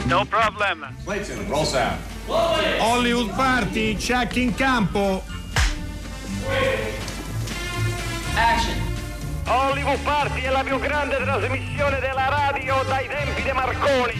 No problem. Clayton, roll sound. Hollywood Party, check in campo. Action. Hollywood Party è la più grande trasmissione della radio dai tempi di Marconi.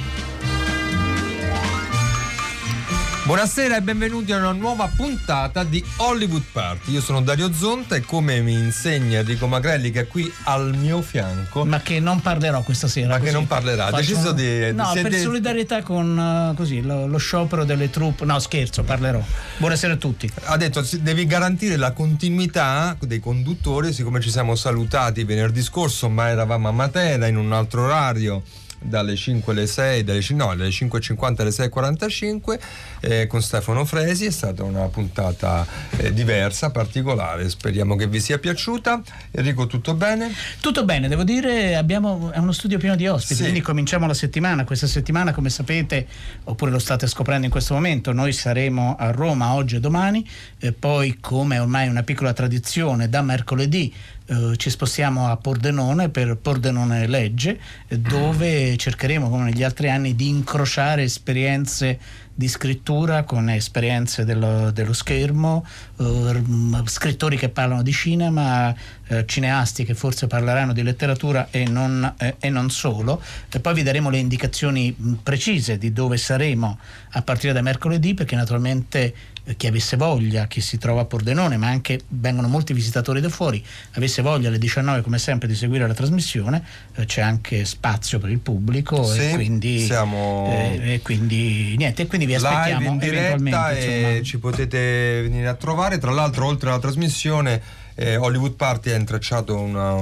Buonasera e benvenuti a una nuova puntata di Hollywood Party. Io sono Dario Zonta e come mi insegna Enrico Magrelli, che è qui al mio fianco. Ma che non parlerò questa sera. Ma così. che non parlerà, ha deciso di... No, per solidarietà con così lo sciopero delle troupe. No, scherzo, parlerò. Buonasera a tutti. Ha detto devi garantire la continuità dei conduttori, siccome ci siamo salutati venerdì scorso, ma eravamo a Matera in un altro orario, dalle 5 alle 6, dalle 5.50 alle 6.45, con Stefano Fresi. È stata una puntata diversa, particolare, speriamo che vi sia piaciuta. Enrico, tutto bene? Tutto bene, devo dire, è uno studio pieno di ospiti, sì. Quindi cominciamo la settimana. Questa settimana, come sapete, oppure lo state scoprendo in questo momento, noi saremo a Roma oggi e domani, poi, come ormai una piccola tradizione, da mercoledì ci spostiamo a Pordenone per Pordenone Legge, dove cercheremo, come negli altri anni, di incrociare esperienze di scrittura con esperienze dello schermo, scrittori che parlano di cinema, cineasti che forse parleranno di letteratura e non solo. E poi vi daremo le indicazioni precise di dove saremo a partire da mercoledì, perché naturalmente chi avesse voglia, chi si trova a Pordenone, ma anche vengono molti visitatori da fuori, avesse voglia alle 19 come sempre di seguire la trasmissione, c'è anche spazio per il pubblico, sì, e quindi niente, e quindi vi aspettiamo live in diretta e ci potete venire a trovare. Tra l'altro, oltre alla trasmissione, Hollywood Party ha intrecciato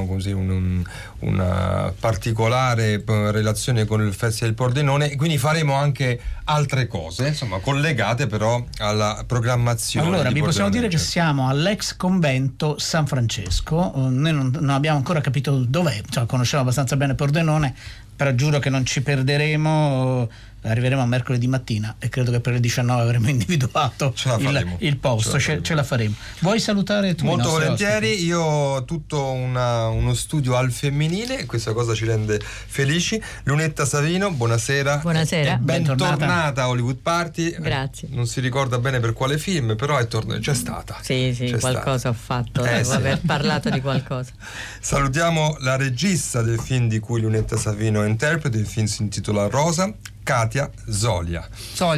una particolare relazione con il Festival del Pordenone, e quindi faremo anche altre cose, insomma, collegate però alla programmazione. Allora, vi possiamo dire che siamo all'ex convento San Francesco. Noi non abbiamo ancora capito dov'è, cioè, conosciamo abbastanza bene Pordenone, però giuro che non ci perderemo. Arriveremo a mercoledì mattina e credo che per le 19 avremo individuato il posto. Ce la faremo. Vuoi salutare tu? Molto volentieri. Ospiti? Io ho tutto uno studio al femminile e questa cosa ci rende felici. Lunetta Savino, buonasera. Buonasera. Bentornata a Hollywood Party. Grazie. Non si ricorda bene per quale film, però c'è stata. Sì, qualcosa ho fatto, devo aver parlato di qualcosa. Salutiamo la regista del film di cui Lunetta Savino è interprete. Il film si intitola Rosa, Katia Solia.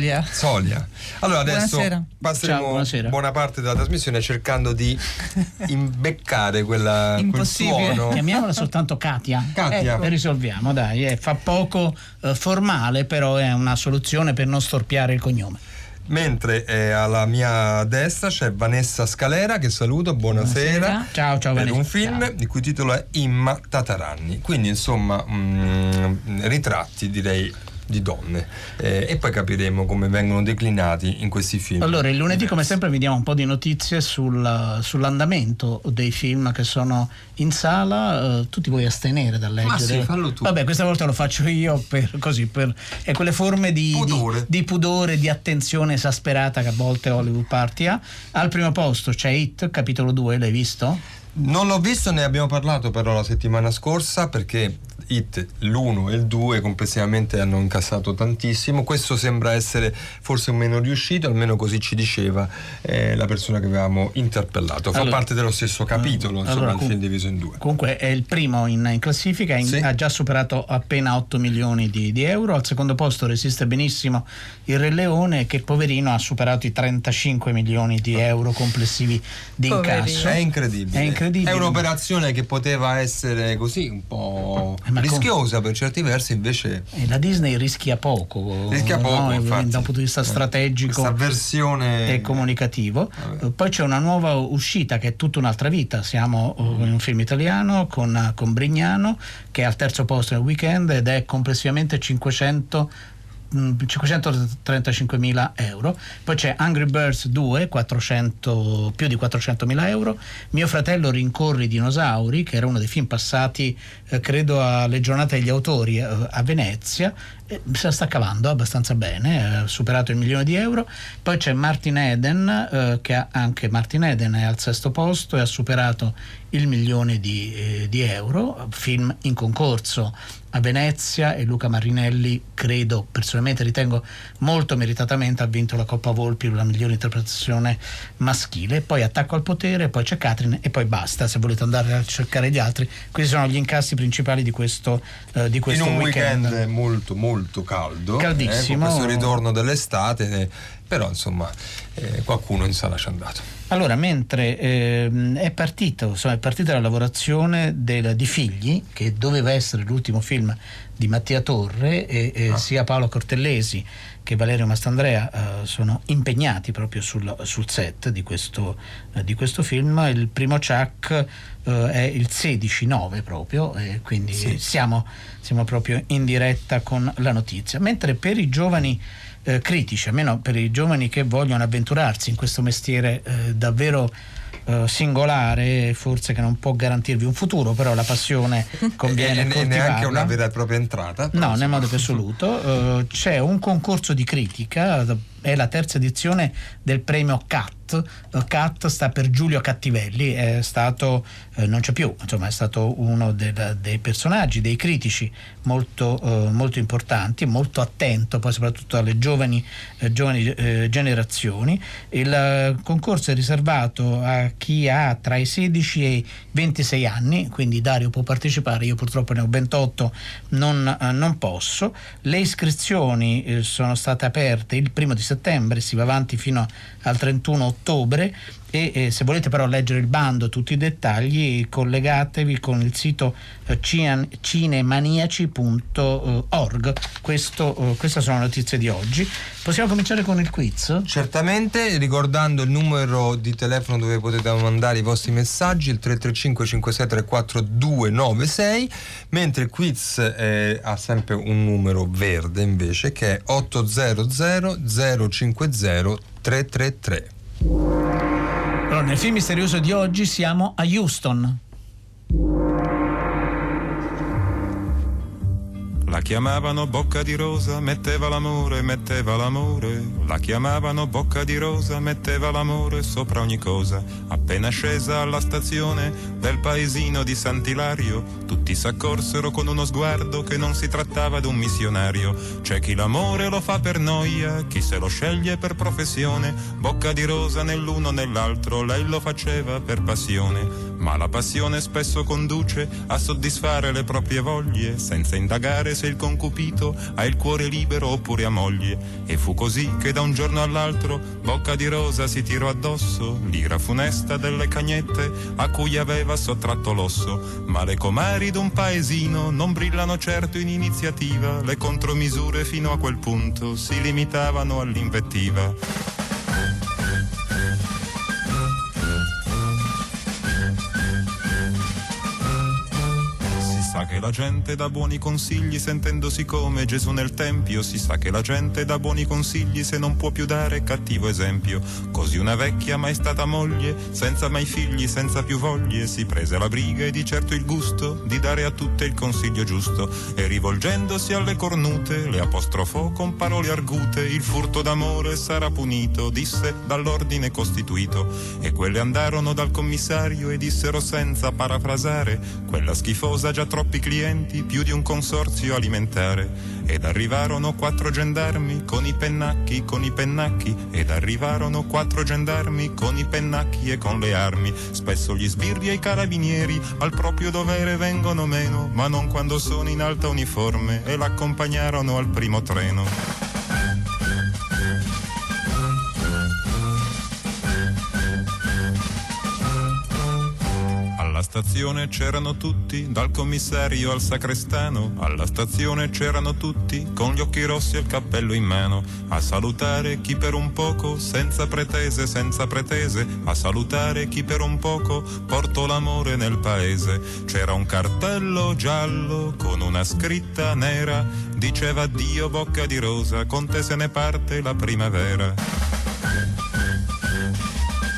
Allora adesso passeremo buona parte della trasmissione cercando di imbeccare quel suono. Chiamiamola soltanto Katia. Ecco. E risolviamo, dai, fa poco formale, però è una soluzione per non storpiare il cognome. Mentre alla mia destra c'è Vanessa Scalera, che saluto, buonasera. Ciao Vanessa. Per un film il cui titolo è Imma Tataranni, quindi insomma ritratti, direi, di donne, e poi capiremo come vengono declinati in questi film. Allora, il lunedì come sempre vi diamo un po' di notizie sull'andamento dei film che sono in sala. Tu ti vuoi astenere dal leggere? Ma sì, fallo tu. Vabbè, questa volta lo faccio io per è quelle forme di pudore, di attenzione esasperata che a volte Hollywood Party ha. Al primo posto c'è It, capitolo 2, l'hai visto? Non l'ho visto, ne abbiamo parlato però la settimana scorsa, perché It, l'1 e il 2 complessivamente hanno incassato tantissimo. Questo sembra essere forse un meno riuscito, almeno così ci diceva la persona che avevamo interpellato. Fa parte dello stesso capitolo, insomma, il film diviso in due. Comunque è il primo in classifica, sì. Ha già superato appena 8 milioni di euro. Al secondo posto resiste benissimo Il Re Leone, che poverino ha superato i 35 milioni di euro complessivi di incasso. È incredibile. È un'operazione che poteva essere così un po' rischiosa per certi versi, invece la Disney rischia poco, infatti, da un punto di vista strategico, questa versione e comunicativo. Poi c'è una nuova uscita che è tutta un'altra vita. Siamo in un film italiano con Brignano, che è al terzo posto nel weekend ed è complessivamente 535.000 euro. Poi c'è Angry Birds 2, più di 400.000 euro. Mio fratello rincorre i dinosauri, che era uno dei film passati credo alle giornate degli autori a Venezia, se la sta cavando abbastanza bene, ha superato il €1.000.000. Poi c'è Martin Eden, che anche Martin Eden è al 6° posto e ha superato il €1.000.000, film in concorso a Venezia, e Luca Marinelli, credo, personalmente ritengo molto meritatamente, ha vinto la Coppa Volpi per la migliore interpretazione maschile. Poi Attacco al potere, poi c'è Catherine e poi basta, se volete andare a cercare gli altri. Questi sono gli incassi principali di questo in un weekend molto molto caldo, caldissimo, con questo ritorno dell'estate, però insomma qualcuno in sala c'è andato. Allora, mentre è partita la lavorazione di Figli, che doveva essere l'ultimo film di Mattia Torre, e sia Paolo Cortellesi che Valerio Mastandrea sono impegnati proprio sul set di questo film. Il primo Chuck è il 16/9 proprio, quindi sì, siamo proprio in diretta con la notizia. Mentre per i giovani critici, almeno per i giovani che vogliono avventurarsi in questo mestiere davvero singolare, forse che non può garantirvi un futuro, però la passione conviene coltivarla. E neanche una vera e propria entrata. No, nel modo più assoluto. C'è un concorso di critica, è la 3ª edizione del premio CAT. CAT sta per Giulio Cattivelli, è stato, non c'è più, insomma è stato uno dei personaggi, dei critici molto importanti, molto attento poi soprattutto alle giovani generazioni. Il concorso è riservato a chi ha tra i 16 e i 26 anni, quindi Dario può partecipare, io purtroppo ne ho 28, non posso. Le iscrizioni sono state aperte il 1° di settembre, si va avanti fino al 31 ottobre, e se volete però leggere il bando, tutti i dettagli, collegatevi con il sito cinemaniaci.org. Queste sono le notizie di oggi. Possiamo cominciare con il quiz? Certamente, ricordando il numero di telefono dove potete mandare i vostri messaggi, il 335 5634 296, mentre il quiz ha sempre un numero verde invece, che è 800 050 333. Allora, nel film misterioso di oggi siamo a Houston. La chiamavano Bocca di Rosa, metteva l'amore. La chiamavano Bocca di Rosa, metteva l'amore sopra ogni cosa. Appena scesa alla stazione del paesino di Sant'Ilario, tutti s'accorsero con uno sguardo che non si trattava d'un missionario. C'è chi l'amore lo fa per noia, chi se lo sceglie per professione. Bocca di Rosa nell'uno nell'altro, lei lo faceva per passione. Ma la passione spesso conduce a soddisfare le proprie voglie, senza indagare se il concupito ha il cuore libero oppure ha moglie. E fu così che da un giorno all'altro Bocca di Rosa si tirò addosso l'ira funesta delle cagnette a cui aveva sottratto l'osso. Ma le comari d'un paesino non brillano certo in iniziativa, le contromisure fino a quel punto si limitavano all'invettiva. Che la gente dà buoni consigli sentendosi come Gesù nel tempio, si sa che la gente dà buoni consigli se non può più dare cattivo esempio. Così una vecchia mai stata moglie, senza mai figli, senza più voglie, si prese la briga e di certo il gusto di dare a tutte il consiglio giusto, e rivolgendosi alle cornute le apostrofò con parole argute. Il furto d'amore sarà punito, disse, dall'ordine costituito. E quelle andarono dal commissario e dissero senza parafrasare: quella schifosa già troppi clienti, più di un consorzio alimentare. Ed arrivarono 4 gendarmi con i pennacchi, ed arrivarono 4 gendarmi con i pennacchi e con le armi. Spesso gli sbirri e i carabinieri al proprio dovere vengono meno, ma non quando sono in alta uniforme, e l'accompagnarono al primo treno. Alla stazione c'erano tutti, dal commissario al sacrestano. Alla stazione c'erano tutti, con gli occhi rossi e il cappello in mano, a salutare chi per un poco, senza pretese, a salutare chi per un poco portò l'amore nel paese. C'era un cartello giallo con una scritta nera, diceva addio Bocca di Rosa, con te se ne parte la primavera.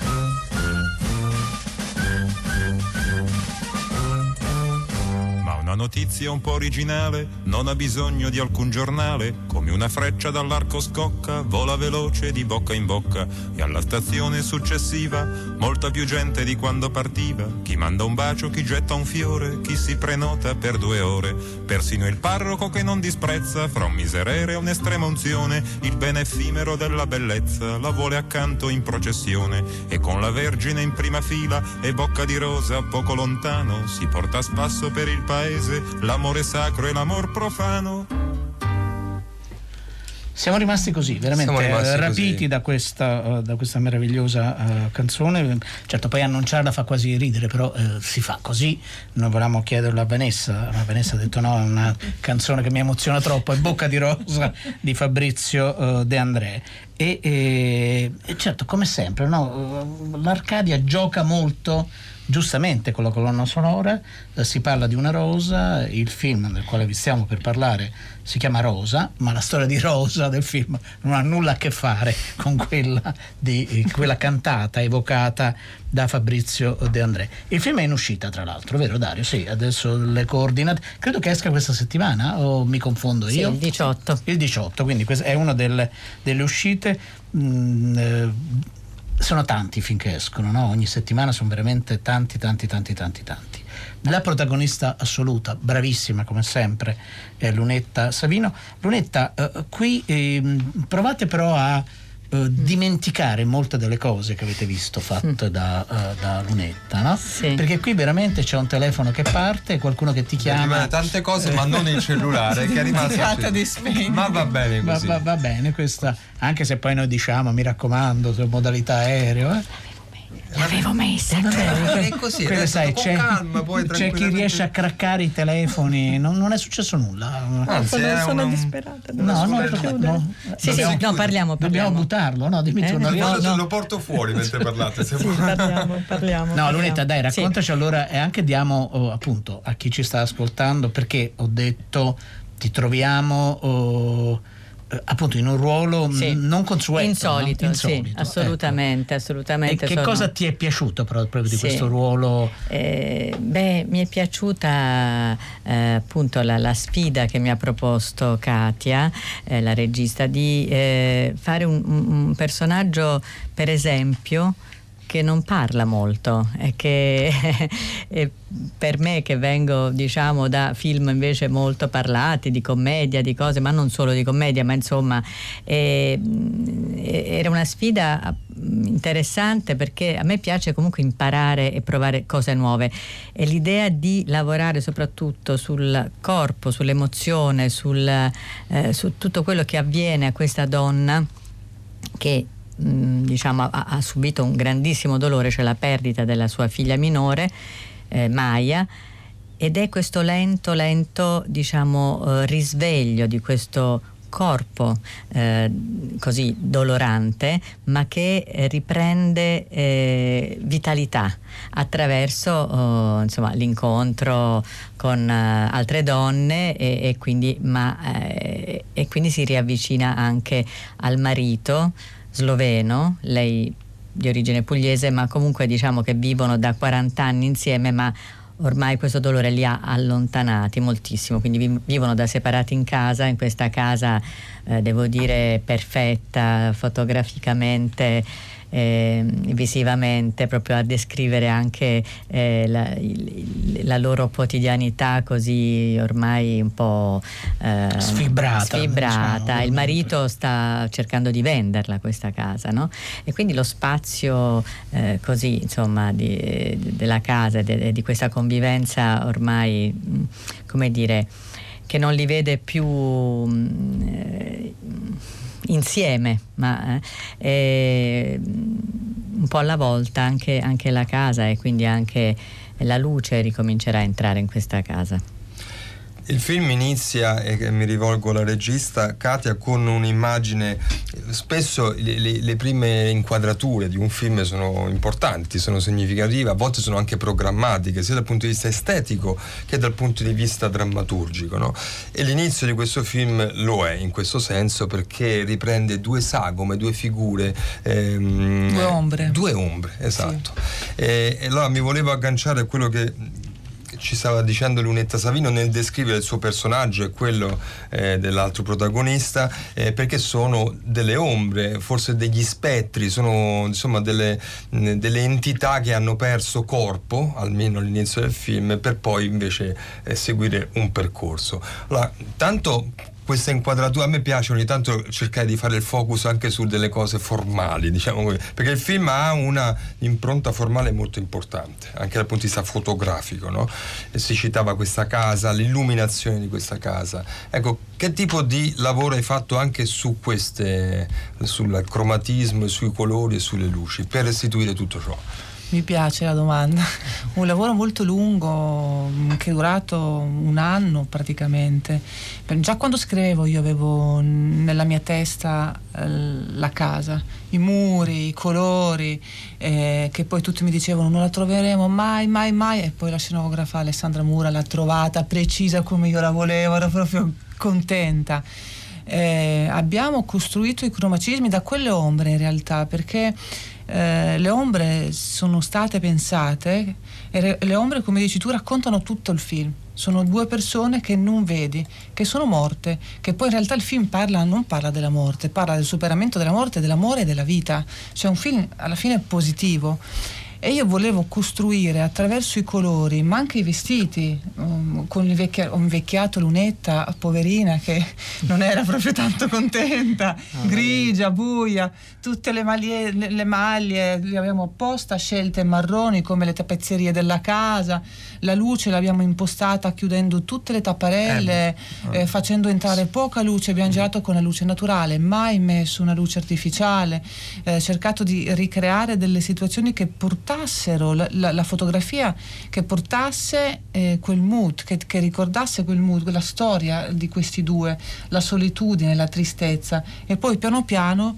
Una notizia un po' originale non ha bisogno di alcun giornale, come una freccia dall'arco scocca, vola veloce di bocca in bocca, e alla stazione successiva molta più gente di quando partiva, chi manda un bacio, chi getta un fiore, chi si prenota per 2 ore, persino il parroco che non disprezza fra un miserere e un'estrema unzione, il bene effimero della bellezza la vuole accanto in processione, e con la Vergine in prima fila e Bocca di Rosa poco lontano si porta a spasso per il paese l'amore sacro e l'amor profano. Siamo rimasti così, veramente rapiti da questa meravigliosa canzone. Certo, poi annunciarla fa quasi ridere, però si fa così. Noi volevamo chiederlo a Vanessa, ma Vanessa ha detto no, è una canzone che mi emoziona troppo, è Bocca di Rosa di Fabrizio De André. E certo, come sempre, no? L'Arcadia gioca molto, giustamente, con la colonna sonora. Si parla di una rosa, il film del quale vi stiamo per parlare si chiama Rosa, ma la storia di Rosa del film non ha nulla a che fare con quella cantata evocata da Fabrizio De André. Il film è in uscita, tra l'altro, vero Dario? Sì, adesso le coordinate, credo che esca questa settimana, o mi confondo io? Sì, il 18. Il 18, quindi questa è una delle uscite. Sono tanti i film che escono, no? Ogni settimana sono veramente tanti. La protagonista assoluta, bravissima come sempre, è Lunetta Savino. Lunetta, qui provate però a dimenticare molte delle cose che avete visto fatte da Lunetta, no? Sì. Perché qui veramente c'è un telefono che parte, qualcuno che ti chiama, tante cose, ma non il cellulare che è rimasto di spegnere. Ma va bene così. Va bene questa, anche se poi noi diciamo, mi raccomando, modalità aereo, L'avevo messa. È così, sai, con c'è, calma, poi c'è chi riesce a craccare i telefoni, non è successo nulla. Anzi, sono disperata. No. Sì, parliamo. Dobbiamo buttarlo, no? Dimmi tu, Lo porto fuori mentre parlate. Se parliamo. No, Lunetta, dai, raccontaci allora, e anche diamo appunto a chi ci sta ascoltando, perché ho detto ti troviamo appunto in un ruolo non consueto, insolito, no? sì, assolutamente. E che cosa ti è piaciuto proprio di questo ruolo? Mi è piaciuta appunto la sfida che mi ha proposto Katia, la regista, di fare un personaggio, per esempio, che non parla molto, e che per me, che vengo da film invece molto parlati, di commedia, di cose, ma non solo di commedia, ma insomma era una sfida interessante, perché a me piace comunque imparare e provare cose nuove, e l'idea di lavorare soprattutto sul corpo, sull'emozione, su tutto quello che avviene a questa donna che ha subito un grandissimo dolore, cioè la perdita della sua figlia minore, Maya, ed è questo lento risveglio di questo corpo così dolorante, ma che riprende vitalità attraverso l'incontro con altre donne, e quindi si riavvicina anche al marito sloveno, lei di origine pugliese, ma comunque che vivono da 40 anni insieme, ma ormai questo dolore li ha allontanati moltissimo, quindi vivono da separati in questa casa devo dire perfetta fotograficamente, visivamente, proprio a descrivere anche la loro quotidianità così ormai un po' sfibrata. Il marito sta cercando di venderla questa casa, no? E quindi lo spazio così della casa e di questa convivenza ormai, come dire, che non li vede più insieme, ma un po' alla volta anche la casa, e quindi anche la luce ricomincerà a entrare in questa casa. Il film inizia, e mi rivolgo alla regista Katia, con un'immagine. Spesso le prime inquadrature di un film sono importanti, sono significative, a volte sono anche programmatiche, sia dal punto di vista estetico che dal punto di vista drammaturgico, no? E l'inizio di questo film lo è in questo senso, perché riprende due sagome, due figure, due ombre, esatto. Sì. E allora mi volevo agganciare a quello che ci stava dicendo Lunetta Savino nel descrivere il suo personaggio e quello dell'altro protagonista, perché sono delle ombre, forse degli spettri, sono insomma delle entità che hanno perso corpo, almeno all'inizio del film, per poi invece seguire un percorso. Allora, tanto questa inquadratura, a me piace ogni tanto cercare di fare il focus anche su delle cose formali, diciamo così, perché il film ha una impronta formale molto importante, anche dal punto di vista fotografico, no? E si citava questa casa, l'illuminazione di questa casa. Ecco, che tipo di lavoro hai fatto anche su sul cromatismo, sui colori e sulle luci, per restituire tutto ciò? Mi piace la domanda. Un lavoro molto lungo che è durato un anno praticamente. Già quando scrivevo io avevo nella mia testa la casa, i muri, i colori, che poi tutti mi dicevano non la troveremo mai, mai, mai, e poi la scenografa Alessandra Mura l'ha trovata precisa come io la volevo, ero proprio contenta. Abbiamo costruito i cromatismi da quelle ombre in realtà, perché le ombre sono state pensate e le ombre, come dici tu, raccontano tutto il film. Sono due persone che non vedi, che sono morte, che poi in realtà il film non parla della morte, parla del superamento della morte, dell'amore e della vita. Cioè un film alla fine positivo. E io volevo costruire attraverso i colori, ma anche i vestiti, con ho invecchiato Lunetta, poverina, che non era proprio tanto contenta, grigia, buia, tutte le maglie le abbiamo apposta scelte marroni come le tappezzerie della casa, la luce l'abbiamo impostata chiudendo tutte le tapparelle, facendo entrare poca luce, abbiamo girato con la luce naturale, mai messo una luce artificiale, cercato di ricreare delle situazioni che portassero la fotografia, che portasse quel mood, che ricordasse quel mood, quella storia di questi due, la solitudine, la tristezza, e poi piano piano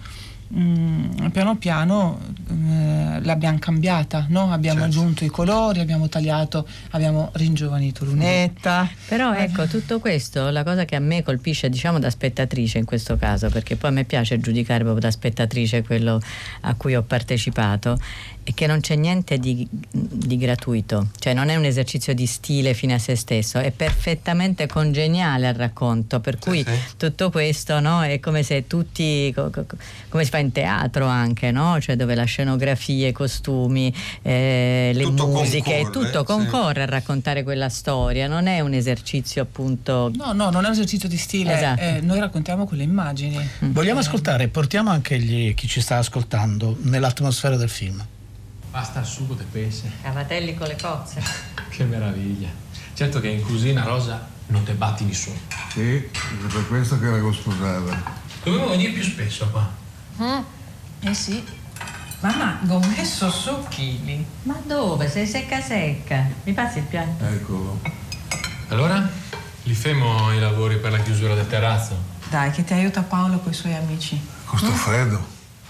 l'abbiamo cambiata, no? Abbiamo aggiunto i colori, abbiamo tagliato, abbiamo ringiovanito Lunetta. Però ecco, tutto questo, la cosa che a me colpisce, diciamo, da spettatrice in questo caso, perché poi a me piace giudicare proprio da spettatrice quello a cui ho partecipato, è che non c'è niente di gratuito, cioè non è un esercizio di stile fine a se stesso, è perfettamente congeniale al racconto, per cui tutto questo, no, è come se tutti, come si fa in teatro anche, no? Cioè dove la scenografia, i costumi, le tutto musiche, concorre, tutto concorre a raccontare quella storia, non è un esercizio appunto... No, non è un esercizio di stile, esatto. Noi raccontiamo con le immagini. Vogliamo ascoltare, portiamo anche chi ci sta ascoltando nell'atmosfera del film. Basta il sugo de pesce. Cavatelli con le cozze. Che meraviglia. Certo che in cucina, Rosa, non te batti nessuno. Sì, è per questo che l'avevo sposata. Dovevo venire più spesso qua. Eh sì. Mamma, ho messo su chili. Ma dove? Sei secca? Mi passi il piatto? Eccolo. Allora, li femo i lavori per la chiusura del terrazzo? Dai, che ti aiuta Paolo con i suoi amici. Con sto freddo.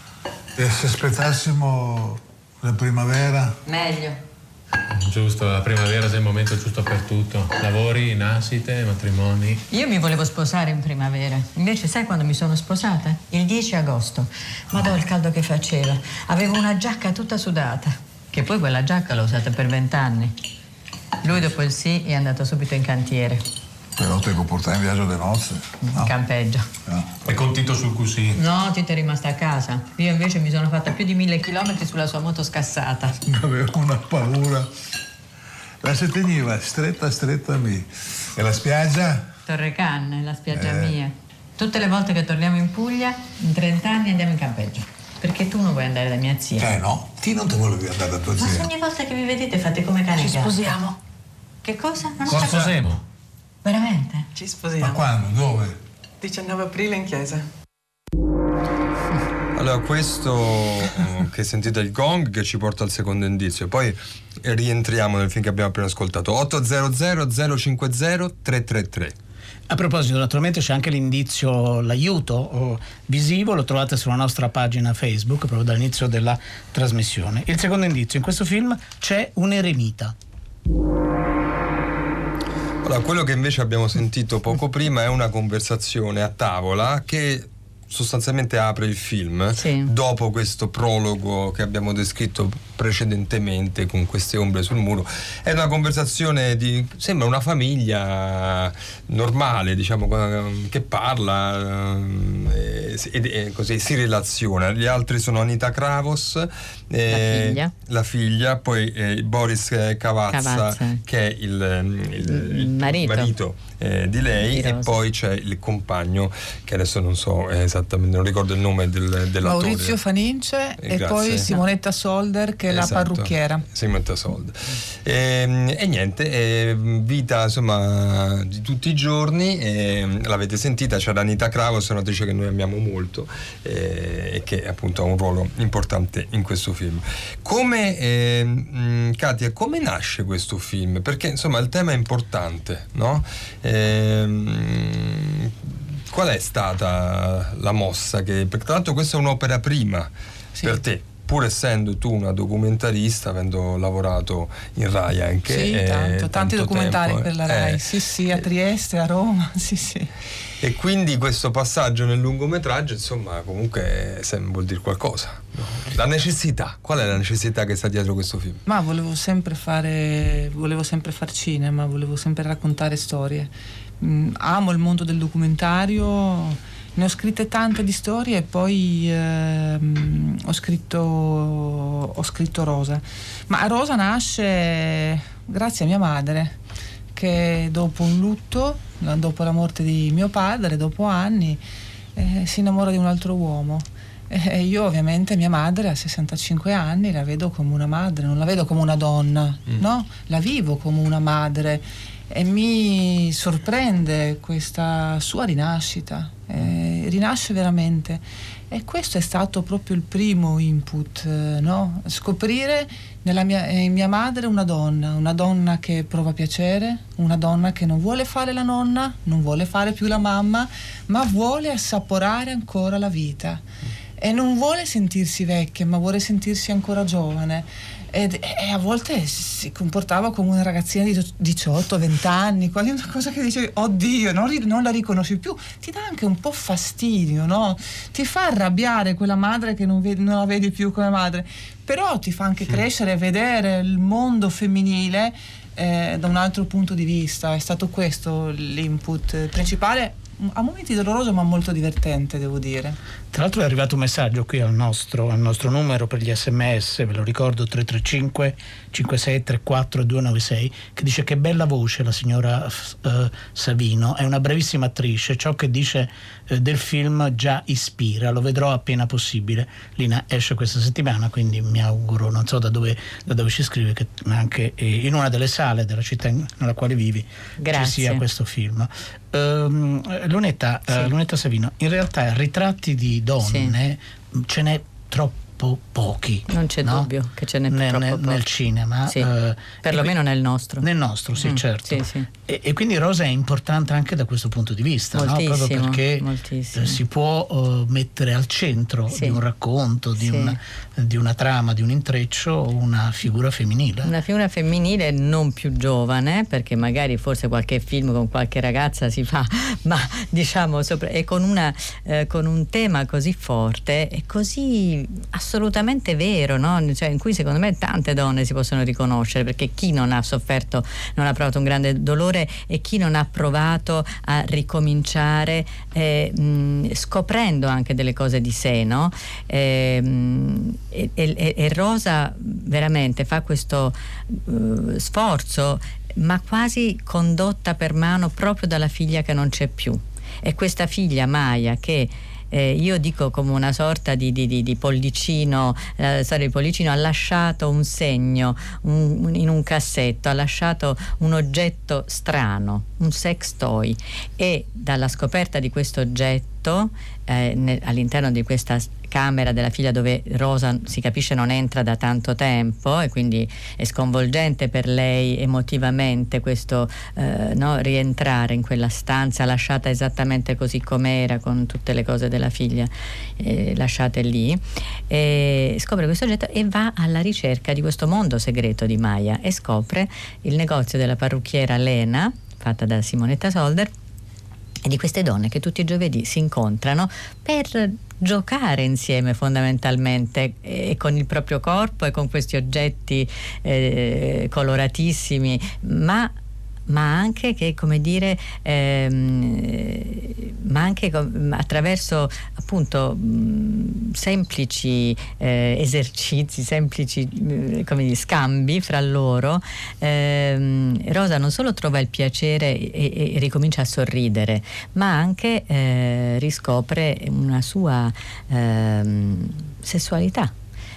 E se aspettassimo la primavera? Meglio. Giusto, la primavera è il momento giusto per tutto. Lavori, nascite, matrimoni. Io mi volevo sposare in primavera. Invece sai quando mi sono sposata? Il 10 agosto. Madò, il caldo che faceva. Avevo una giacca tutta sudata. Che poi quella giacca l'ho usata per 20 anni. Lui dopo il sì è andato subito in cantiere. Però te lo portai in viaggio di nozze. In campeggio. E con Tito sul cuscino. No, Tito è rimasta a casa. Io invece mi sono fatta più di 1000 chilometri sulla sua moto scassata. Avevo una paura. La si teneva stretta a me. E la spiaggia? Torrecanne, la spiaggia mia. Tutte le volte che torniamo in Puglia, in 30 anni andiamo in campeggio. Perché tu non vuoi andare da mia zia. No, ti non te volevi andare da tua Ma zia. se ogni volta che vi vedete fate come cane e Ci gatto. sposiamo. Che cosa? Non Cosa so. sposiamo? Veramente? Ci Ma sposiamo. quando? Dove? 19 aprile in chiesa. Allora, questo che sentite il gong che ci porta al secondo indizio, poi rientriamo nel film che abbiamo appena ascoltato. 800 050 333. A proposito, naturalmente c'è anche l'indizio, l'aiuto visivo, lo trovate sulla nostra pagina Facebook proprio dall'inizio della trasmissione. Il secondo indizio: in questo film c'è un eremita. Allora, quello che invece abbiamo sentito poco prima è una conversazione a tavola che sostanzialmente apre il film, Sì. dopo questo prologo che abbiamo descritto precedentemente con queste ombre sul muro. È una conversazione sembra una famiglia normale, diciamo, che parla e così si relaziona. Gli altri sono Anita Kravos, la figlia, poi Boris Cavazza, che è il marito di lei, e poi c'è il compagno che adesso non so esattamente, non ricordo il nome dell'attore, Maurizio Fanince, e poi Simonetta Solder, che è la parrucchiera. Simonetta Solder. E niente, vita insomma di tutti i giorni. L'avete sentita, c'era Anita Kravos, un'attrice che noi amiamo molto e che appunto ha un ruolo importante in questo film. Come Katia, come nasce questo film? Perché insomma il tema è importante, no? Qual è stata la mossa perché tra l'altro questa è un'opera prima per te, pur essendo tu una documentarista, avendo lavorato in Rai anche. Sì, tanti documentari per la Rai, sì, a Trieste, a Roma, sì. E quindi questo passaggio nel lungometraggio, insomma, comunque vuol dire qualcosa, no? La necessità, qual è la necessità che sta dietro questo film? Ma volevo sempre far cinema, volevo sempre raccontare storie. Amo il mondo del documentario, ne ho scritte tante di storie, e poi ho scritto Rosa. Ma Rosa nasce grazie a mia madre, che dopo un lutto, dopo la morte di mio padre, dopo anni, si innamora di un altro uomo. E io ovviamente mia madre a 65 anni la vedo come una madre, non la vedo come una donna, no? La vivo come una madre, e mi sorprende questa sua rinascita, rinasce veramente. E questo è stato proprio il primo input, no? Scoprire in mia madre una donna che prova piacere, una donna che non vuole fare la nonna, non vuole fare più la mamma, ma vuole assaporare ancora la vita. E non vuole sentirsi vecchia, ma vuole sentirsi ancora giovane. E a volte si comportava come una ragazzina di 18-20 anni, quasi una cosa che dicevi, oddio, non la riconosci più. Ti dà anche un po' fastidio, no? Ti fa arrabbiare quella madre che non la vedi più come madre, però ti fa anche crescere e vedere il mondo femminile da un altro punto di vista. È stato questo l'input principale, a momenti doloroso ma molto divertente, devo dire. Tra l'altro è arrivato un messaggio qui al nostro numero per gli SMS, ve lo ricordo, 335 5634 296, che dice: che bella voce la signora Savino, è una bravissima attrice, ciò che dice del film già ispira, lo vedrò appena possibile. Lina, esce questa settimana, quindi mi auguro, non so da dove ci scrive, che anche in una delle sale della città nella quale vivi ci sia questo film. Lunetta Savino, in realtà ritratti di donne ce n'è troppo pochi. Non c'è dubbio che ce n'è troppo pochi nel cinema, sì, perlomeno nel nostro. Nel nostro, sì, certo. Sì. E quindi Rosa è importante anche da questo punto di vista, no? Proprio perché si può mettere al centro di un racconto, di una trama, di un intreccio, una figura femminile. Una figura femminile non più giovane, perché magari forse qualche film con qualche ragazza si fa, ma diciamo e con un tema così forte e così assolutamente vero, no? Cioè, in cui secondo me tante donne si possono riconoscere, perché chi non ha sofferto, non ha provato un grande dolore, e chi non ha provato a ricominciare scoprendo anche delle cose di sé, no? E Rosa veramente fa questo sforzo, ma quasi condotta per mano proprio dalla figlia che non c'è più. E questa figlia Maya, che io dico come una sorta di pollicino, la storia di Pollicino, ha lasciato un segno in un cassetto, ha lasciato un oggetto strano, un sex toy, e dalla scoperta di questo oggetto all'interno di questa camera della figlia, dove Rosa si capisce non entra da tanto tempo, e quindi è sconvolgente per lei emotivamente questo rientrare in quella stanza lasciata esattamente così com'era, con tutte le cose della figlia lasciate lì, scopre questo oggetto e va alla ricerca di questo mondo segreto di Maya, e scopre il negozio della parrucchiera Lena, fatta da Simonetta Solder, e di queste donne che tutti i giovedì si incontrano per giocare insieme fondamentalmente, con il proprio corpo e con questi oggetti coloratissimi, ma anche che, come dire, ma anche attraverso appunto semplici esercizi, semplici come dire, scambi fra loro, Rosa non solo trova il piacere e ricomincia a sorridere, ma anche riscopre una sua sessualità.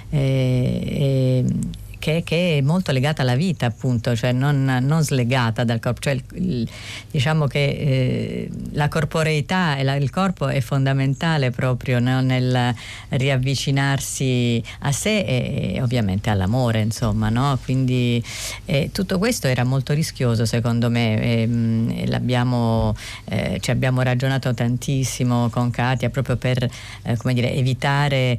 Che è molto legata alla vita, appunto, cioè non slegata dal corpo, cioè diciamo che la corporeità e il corpo è fondamentale proprio, no, nel riavvicinarsi a sé e ovviamente all'amore, insomma, no? Quindi tutto questo era molto rischioso, secondo me, ci abbiamo ragionato tantissimo con Katia proprio per come dire, evitare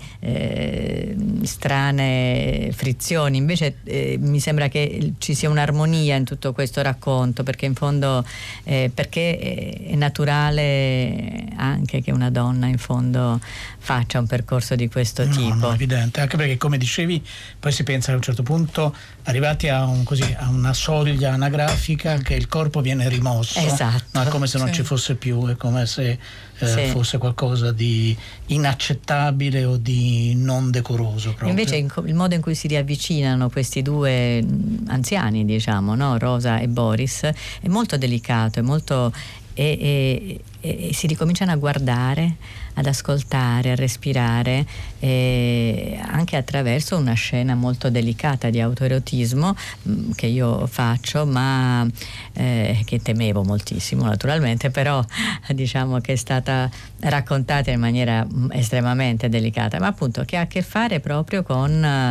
strane frizioni. Invece mi sembra che ci sia un'armonia in tutto questo racconto, perché in fondo perché è naturale anche che una donna in fondo faccia un percorso di questo tipo. No, evidente, anche perché, come dicevi, poi si pensa a un certo punto, arrivati a una soglia anagrafica, che il corpo viene rimosso. Esatto. No, è come se non ci fosse più, è come se fosse qualcosa di inaccettabile o di non decoroso proprio. Invece il modo in cui si riavvicinano questi due anziani, diciamo, no? Rosa e Boris, è molto delicato, è molto e si ricominciano a guardare, ad ascoltare, a respirare, anche attraverso una scena molto delicata di autoerotismo che io faccio, ma che temevo moltissimo naturalmente, però diciamo che è stata raccontata in maniera estremamente delicata, ma appunto che ha a che fare proprio con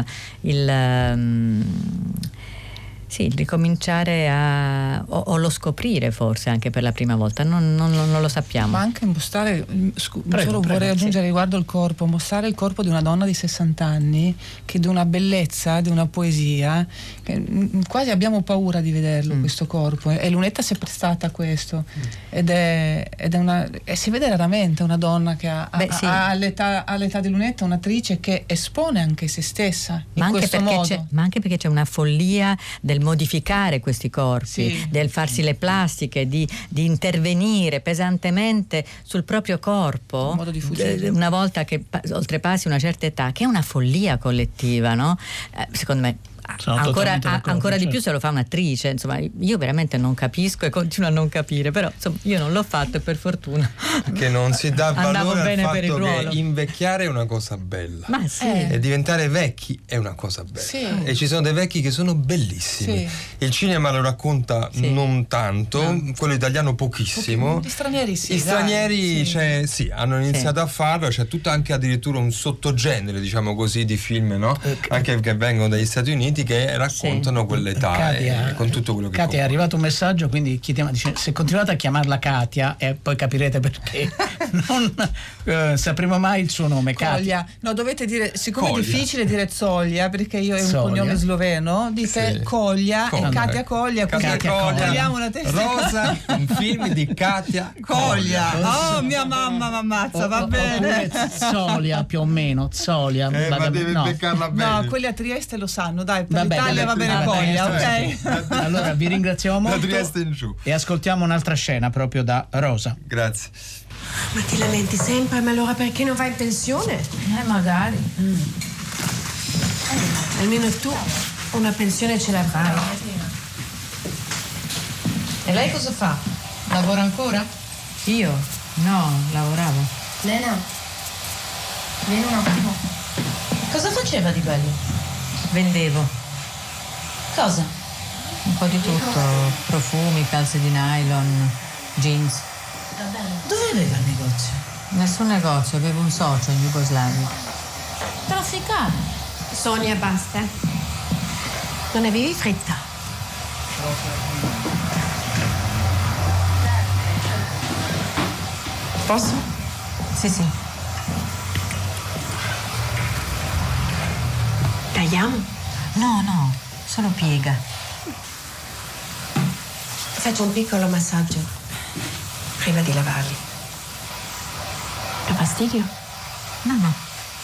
il ricominciare o lo scoprire, forse anche per la prima volta, non lo sappiamo. Ma anche mostrare, vorrei aggiungere riguardo il corpo, mostrare il corpo di una donna di 60 anni che di una bellezza, di una poesia, che quasi abbiamo paura di vederlo questo corpo, e Lunetta si è prestata a questo, ed è una, e si vede raramente una donna che ha all'età di Lunetta, un'attrice che espone anche se stessa in questo modo. Ma anche perché c'è una follia del modificare questi corpi, del farsi le plastiche, di intervenire pesantemente sul proprio corpo, modo diffusivo, una volta che oltrepassi una certa età, che è una follia collettiva, no? Secondo me ancora di più se lo fa un'attrice, insomma. Io veramente non capisco e continuo a non capire, però insomma io non l'ho fatto e per fortuna che non si dà valore al fatto per il ruolo. Che invecchiare è una cosa bella, ma sì, e diventare vecchi è una cosa bella, e ci sono dei vecchi che sono bellissimi, il cinema lo racconta non tanto, quello italiano pochissimo, gli stranieri hanno iniziato a farlo, c'è tutto anche addirittura un sottogenere, diciamo così, di film, no? Anche che vengono dagli Stati Uniti, che raccontano quell'età, Katia, con tutto quello che Katia, è arrivato un messaggio, quindi chiediamo, se continuate a chiamarla Katia, e poi capirete perché non sapremo mai il suo nome. Coglia. No, dovete dire, siccome Coglia. è difficile dire Zoglia, perché io è un cognome sloveno, dite Coglia e Katia Coglia, così togliamo la testa. Rosa, un film di Katia Coglia. Oh, mia mamma m'ammazza, va bene. Zolia, più o meno, Zolia. Ma devi beccarla bene. No, quelli a Trieste lo sanno, dai, per l'Italia va bene Coglia, ok? Allora vi ringraziamo molto. Da Trieste in giù. E ascoltiamo un'altra scena proprio da Rosa. Grazie. Ma ti lamenti sempre, ma allora perché non vai in pensione? Magari. Almeno tu una pensione ce l'avrai. E lei cosa fa? Lavora ancora? Io? No, lavoravo. Lena, vieni un attimo. Cosa faceva di bello? Vendevo Cosa? un po' di tutto, profumi, calze di nylon, jeans. Dove aveva il negozio? Nessun negozio, avevo un socio in Jugoslavia. Trafficare. Sonia, basta. Non avevi fretta. Posso? Sì. Tagliamo? No, solo piega. Faccio un piccolo massaggio. prima di lavarli. Dà fastidio? No.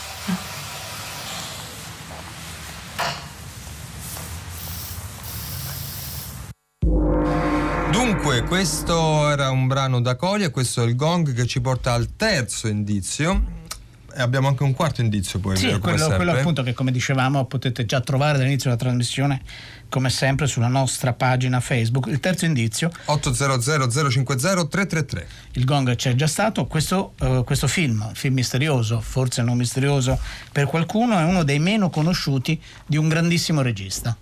Dunque, questo era un brano da Colia e questo è il gong che ci porta al terzo indizio. E abbiamo anche un quarto indizio poi. Sì, quello appunto che, come dicevamo, potete già trovare dall'inizio della trasmissione, come sempre, sulla nostra pagina Facebook. Il terzo indizio 800 050 333. Il gong c'è già stato. Questo film misterioso, forse non misterioso per qualcuno, è uno dei meno conosciuti di un grandissimo regista.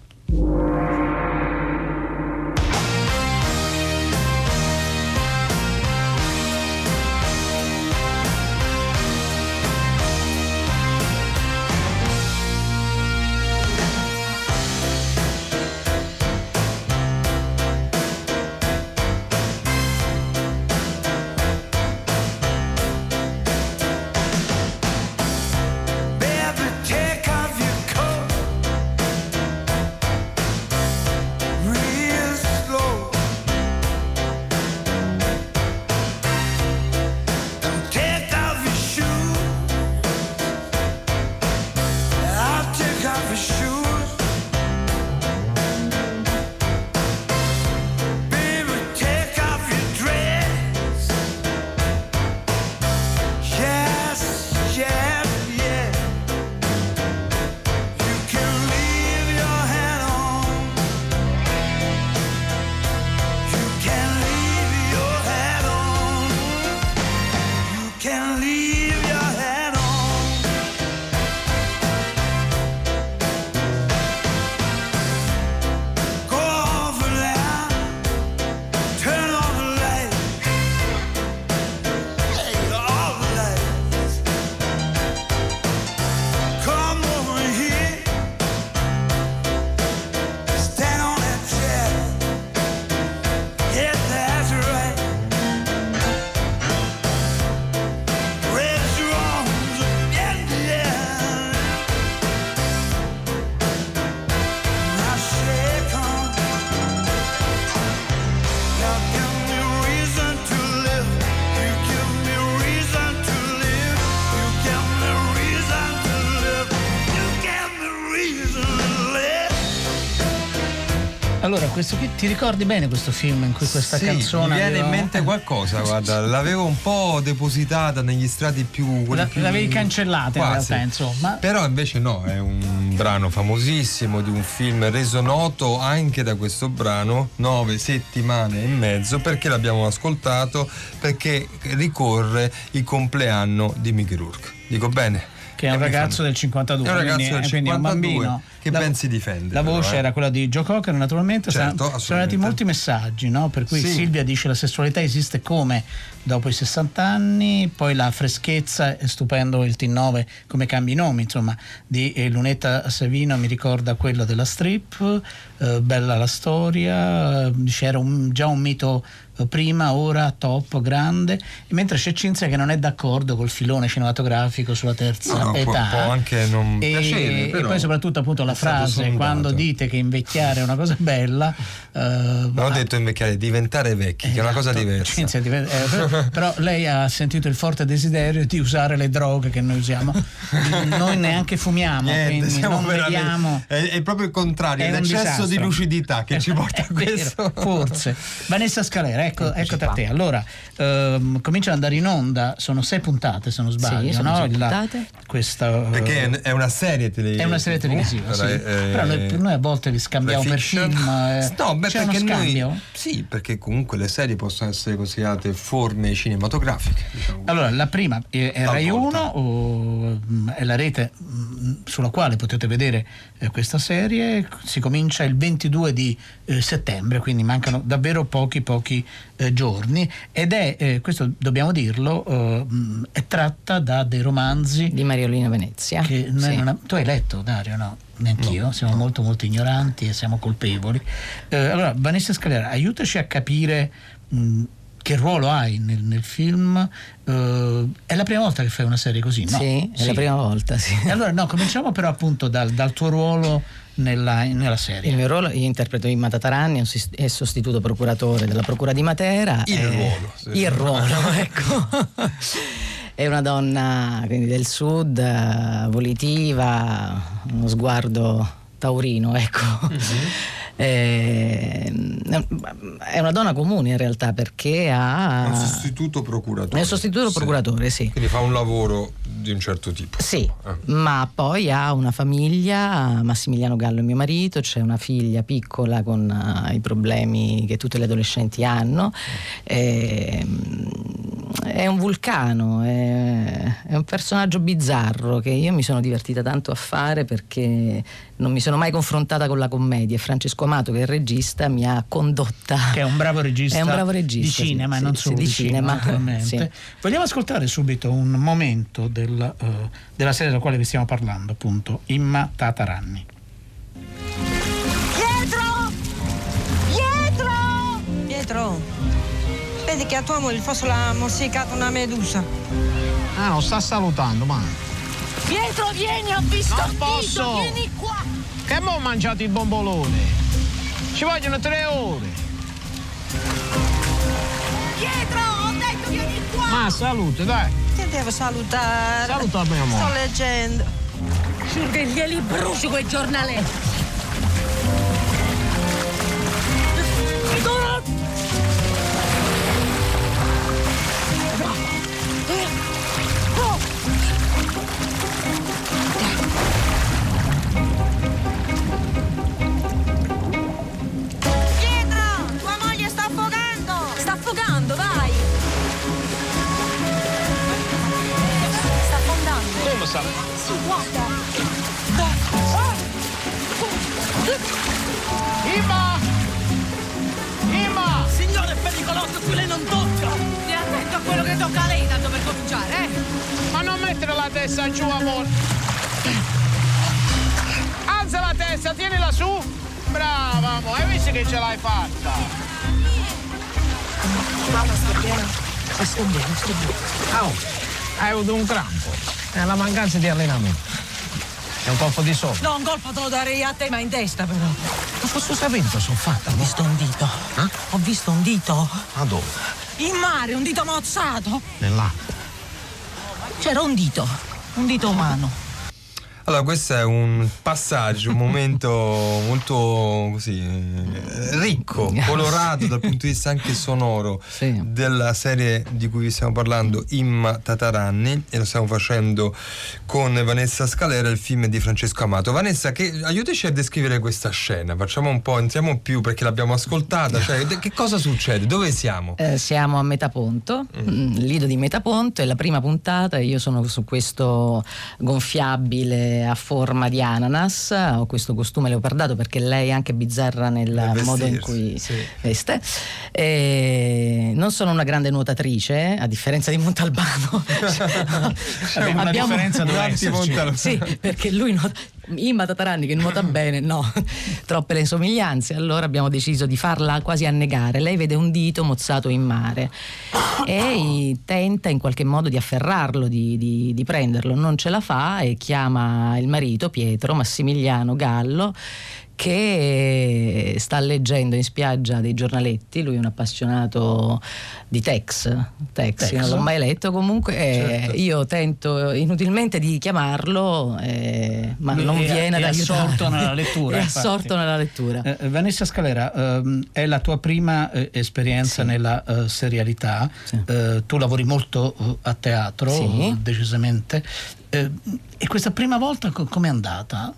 Allora, ti ricordi bene questo film in cui questa canzone? Mi viene in mente qualcosa, guarda, l'avevo un po' depositata negli strati più. L'avevi cancellata in realtà, insomma. Però invece no, è un brano famosissimo di un film reso noto anche da questo brano 9 settimane e mezzo, perché l'abbiamo ascoltato, perché ricorre il compleanno di Mickey Rourke. Dico bene? Che è un ragazzo del 52, è un ragazzo del 52, un bambino che ben si difende. La voce era quella di Joe Cocker, naturalmente. Certo, sono arrivati molti messaggi, no? Per cui Silvia dice: la sessualità esiste come dopo i 60 anni, poi la freschezza, è stupendo il T9 come cambia i nomi, insomma, di Lunetta Savino mi ricorda quello della strip, bella la storia, dice era già un mito prima, ora top, grande. E mentre c'è Cinzia che non è d'accordo col filone cinematografico sulla terza età, può anche non piacere, e poi soprattutto appunto la frase quando dite che invecchiare è una cosa bella, non ho detto invecchiare, diventare vecchi, che è una cosa diversa. Cinzia, però lei ha sentito il forte desiderio di usare le droghe che noi usiamo. Noi neanche fumiamo, quindi non vediamo. È proprio il contrario, è l'eccesso di lucidità che ci porta a questo. Vero, forse. Vanessa Scalera, ecco da te. Allora, cominciano ad andare in onda, sono 6 puntate se non sbaglio, sono 6 puntate. Perché è una serie televisiva. È una serie televisiva, sì. Però noi a volte li scambiamo per film. No, c'è uno scambio? Sì, perché comunque le serie possono essere considerate forme cinematografiche. Diciamo. Allora, la prima è Rai 1, è la rete sulla quale potete vedere questa serie. Si comincia il 22 di settembre, quindi mancano davvero pochi giorni, ed è, questo dobbiamo dirlo, è tratta da dei romanzi di Mariolina Venezia. Che tu hai letto, Dario? No, neanch'io, no. Siamo molto che siamo colpevoli. Allora, Vanessa Scalera, aiutaci a capire che ruolo hai nel film? È la prima volta che fai una serie così, no? Sì, è la prima volta, sì. E allora cominciamo però appunto dal tuo ruolo nella serie. Il mio ruolo, io interpreto Imma Tataranni, è sostituto procuratore della Procura di Matera. Il ruolo, ecco. È una donna quindi del sud, volitiva, uno sguardo taurino, ecco. È una donna comune in realtà, perché ha un sostituto procuratore. È un sostituto procuratore, sì. Quindi fa un lavoro di un certo tipo. Sì, ma poi ha una famiglia, Massimiliano Gallo è mio marito, c'è una figlia piccola con i problemi che tutte le adolescenti hanno. È un vulcano, è un personaggio bizzarro che io mi sono divertita tanto a fare, perché non mi sono mai confrontata con la commedia. Francesco Amato, che è il regista, mi ha condotta. Che è un bravo regista, di cinema, e non solo di cinema, naturalmente. Sì. Vogliamo ascoltare subito un momento della serie della quale vi stiamo parlando, appunto, Imma Tataranni. Pietro! Vedi che a tua moglie forse l'ha morsicata una medusa. Ah, non sta salutando, ma. Pietro, vieni, ho visto non il posso. dito, vieni qua. Che mo' ho mangiato il bombolone? Ci vogliono 3 ore. Pietro, ho detto vieni qua. Ma salute, dai. Ti devo salutare. Saluta mia amore. Sto leggendo. Che glieli bruci quei giornaletti. Sì, guarda. Imma! Signore, è pericoloso, qui lei non tocca. Stia attento a quello che tocca a lei, tanto per cominciare, eh? Ma non mettere la testa giù, amore. Alza la testa, tienila su. Brava, amore, hai visto che ce l'hai fatta? Mamma, sta bene. Sto bene. Oh, hai avuto un crampo. È la mancanza di allenamento. È un colpo di sole. No, un colpo te lo darei a te, ma in testa però. Ma posso sapere cosa sono fatta? Ho visto un dito. Ho visto un dito. Ma dove? In mare, un dito mozzato. Nell'acqua. C'era un dito umano. Allora, questo è un passaggio, un momento molto così ricco, colorato dal punto di vista anche sonoro della serie di cui vi stiamo parlando, Imma Tataranni, e lo stiamo facendo con Vanessa Scalera, il film di Francesco Amato. Vanessa, aiutaci a descrivere questa scena, facciamo un po', entriamo più perché l'abbiamo ascoltata, cioè che cosa succede? Dove siamo? Siamo a Metaponto, Lido di Metaponto, è la prima puntata, io sono su questo gonfiabile a forma di ananas, ho questo costume leopardato perché lei è anche bizzarra nel modo in cui veste. Non sono una grande nuotatrice, a differenza di Montalbano. Abbiamo una differenza dove esserci. Sì, perché lui Imma Tataranni che nuota bene, no, troppe le somiglianze, allora abbiamo deciso di farla quasi annegare. Lei vede un dito mozzato in mare e tenta in qualche modo di afferrarlo, di prenderlo, non ce la fa e chiama il marito Pietro, Massimiliano Gallo, che sta leggendo in spiaggia dei giornaletti. Lui è un appassionato di Tex, io non l'ho mai letto, comunque io tento inutilmente di chiamarlo, ma non viene ad aiutare. Assorto nella lettura. È assorto nella lettura. Vanessa Scalera, è la tua prima esperienza nella serialità. Tu lavori molto a teatro, decisamente. E questa prima volta com'è andata?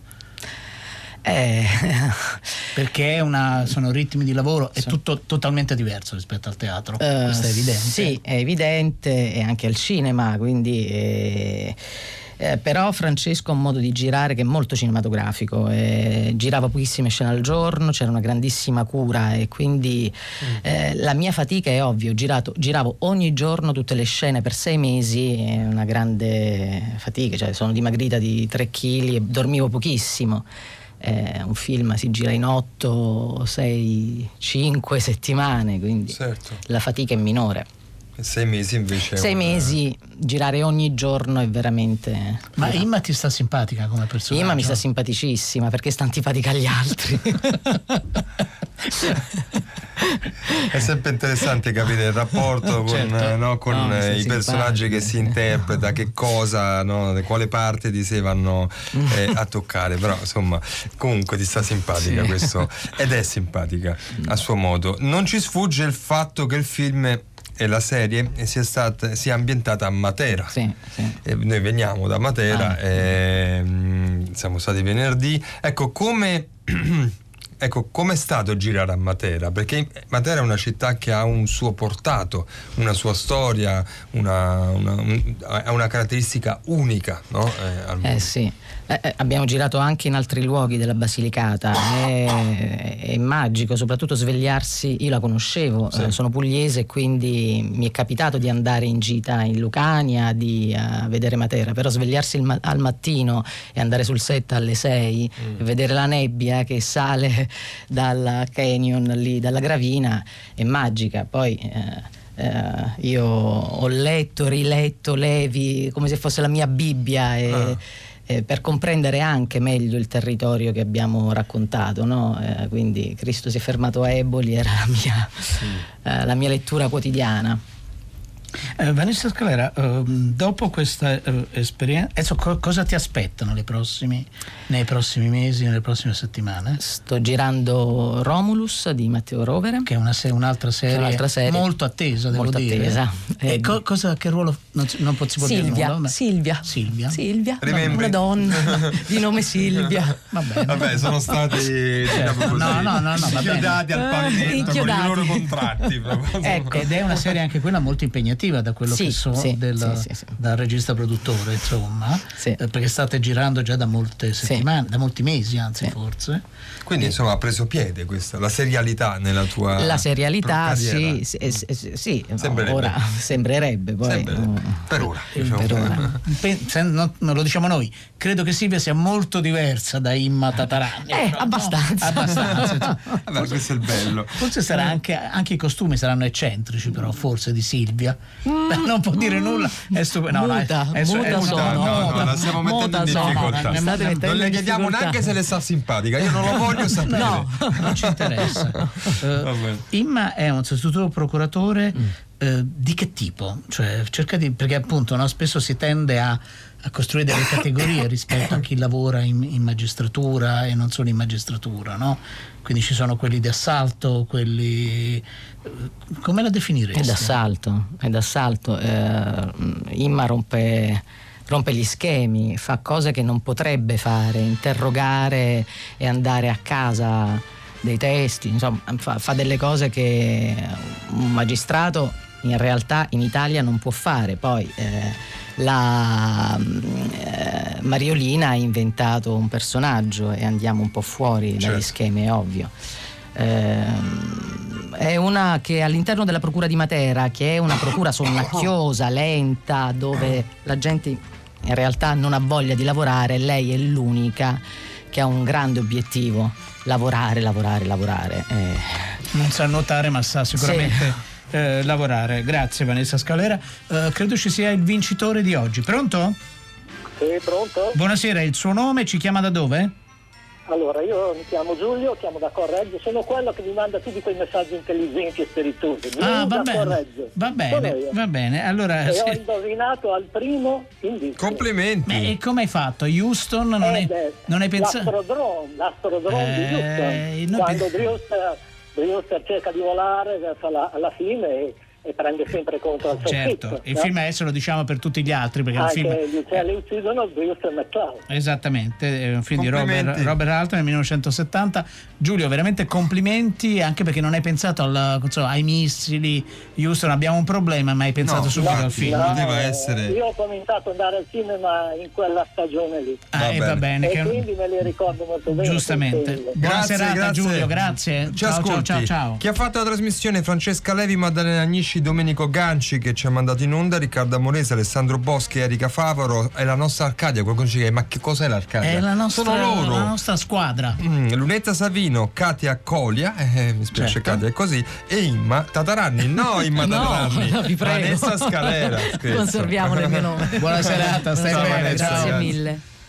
Perché sono ritmi di lavoro, è tutto totalmente diverso rispetto al teatro, questo è evidente. Sì, è evidente, e anche al cinema, quindi però Francesco ha un modo di girare che è molto cinematografico, girava pochissime scene al giorno, c'era una grandissima cura e quindi la mia fatica è ovvio, giravo ogni giorno tutte le scene per 6 mesi, è una grande fatica, cioè sono dimagrita di 3 kg e dormivo pochissimo. Un film si gira in 8, 6, 5 settimane, quindi la fatica è minore. 6 mesi invece 6 mesi, girare ogni giorno è veramente... Ma Imma ti sta simpatica come personaggio? Imma mi sta simpaticissima perché sta antipatica agli altri. È sempre interessante capire il rapporto con i personaggi che si interpreta, che cosa, quale parte di sé vanno a toccare, però insomma comunque ti sta simpatica questo, ed è simpatica a suo modo. Non ci sfugge il fatto che il film e la serie sia ambientata a Matera. Noi veniamo da Matera, siamo stati venerdì. Ecco, come è stato girare a Matera? Perché Matera è una città che ha un suo portato, una sua storia, ha una caratteristica unica, no? Sì. Abbiamo girato anche in altri luoghi della Basilicata, è magico, soprattutto svegliarsi. Io la conoscevo, sono pugliese, quindi mi è capitato di andare in gita in Lucania, di vedere Matera, però svegliarsi al mattino e andare sul set alle 6 e vedere la nebbia che sale dal canyon lì, dalla Gravina, è magica. Poi io ho letto, riletto Levi come se fosse la mia Bibbia per comprendere anche meglio il territorio che abbiamo raccontato, no? Quindi Cristo si è fermato a Eboli era la mia lettura quotidiana. Vanessa Scalera, dopo questa esperienza, cosa ti aspettano nei prossimi mesi, nelle prossime settimane? Sto girando Romulus di Matteo Rovere, che è un'altra serie molto attesa, devo dire. E che ruolo non si può dire? Silvia, una donna di nome Silvia. Vabbè, sono stati inchiodati al pavimento con i loro contratti. Ed è una serie anche quella molto impegnativa da quello che so dal regista produttore, insomma, perché state girando già da molte settimane, da molti mesi anzi, forse. Quindi insomma ha preso piede questa, la serialità nella tua carriera. Sembrerebbe. Ora sembrerebbe poi per ora. Non lo diciamo noi, credo che Silvia sia molto diversa da Imma Tatarani. Abbastanza. Vabbè, questo è il bello. Forse sarà anche i costumi saranno eccentrici, però forse di Silvia. Non può dire nulla. È stupendo. La stiamo mettendo in difficoltà. Non le chiediamo neanche se le sta simpatica. Io non lo voglio sapere. No, non ci interessa. Imma è un sostituto procuratore di che tipo? Cioè cerca perché appunto spesso si tende a costruire delle categorie rispetto a chi lavora in magistratura e non solo in magistratura, no? Quindi ci sono quelli di assalto, quelli... come la definiresti? È d'assalto. Imma rompe gli schemi, fa cose che non potrebbe fare, interrogare e andare a casa dei testi, insomma fa delle cose che un magistrato in realtà in Italia non può fare. Poi Mariolina ha inventato un personaggio e andiamo un po' fuori dagli schemi, è ovvio. È una che all'interno della procura di Matera, che è una procura sonnacchiosa, lenta, dove la gente in realtà non ha voglia di lavorare, lei è l'unica che ha un grande obiettivo: lavorare. Non sa nuotare, ma sa sicuramente lavorare. Grazie Vanessa Scalera. Credo ci sia il vincitore di oggi. Pronto? Sì, pronto. Buonasera, il suo nome, ci chiama da dove? Allora, io mi chiamo Giulio, chiamo da Correggio, sono quello che vi manda tutti quei messaggi intelligenti e spiritosi. Va bene. Allora, ho indovinato al primo indizio. Complimenti. E come hai fatto? Houston non hai pensato? L'astrodrome di Houston. Quando Brewster cerca di volare verso alla fine e prende sempre contro il soffitto. Certo, il film adesso lo diciamo per tutti gli altri perché anche il film gli uccelli uccidono Brewster McCloud. Esattamente, è un film di Robert Altman nel 1970. Giulio, veramente complimenti, anche perché non hai pensato ai missili. Houston, abbiamo un problema, ma hai pensato subito al film. Poteva essere. Io ho cominciato ad andare al cinema in quella stagione lì. Va bene. E quindi me li ricordo molto bene. Giustamente. Buona serata, Giulio, grazie. Ciao. Ciao. Chi ha fatto la trasmissione? Francesca Levi, Maddalena Agnisci, Pesci, Domenico Ganci che ci ha mandato in onda, Riccardo Amorese, Alessandro Boschi, Erika Favaro. È la nostra Arcadia. Qualcuno ci chiede: ma che cos'è l'Arcadia? È la nostra, sono loro, la nostra squadra. Lunetta Savino, Katia Colia, mi spiace, certo. Katia è così, e Imma Tataranni. No, Imma Tataranni, no, vi prego. Vanessa Scalera. Conserviamo il mio nome. Buona serata, Ciao, grazie mille.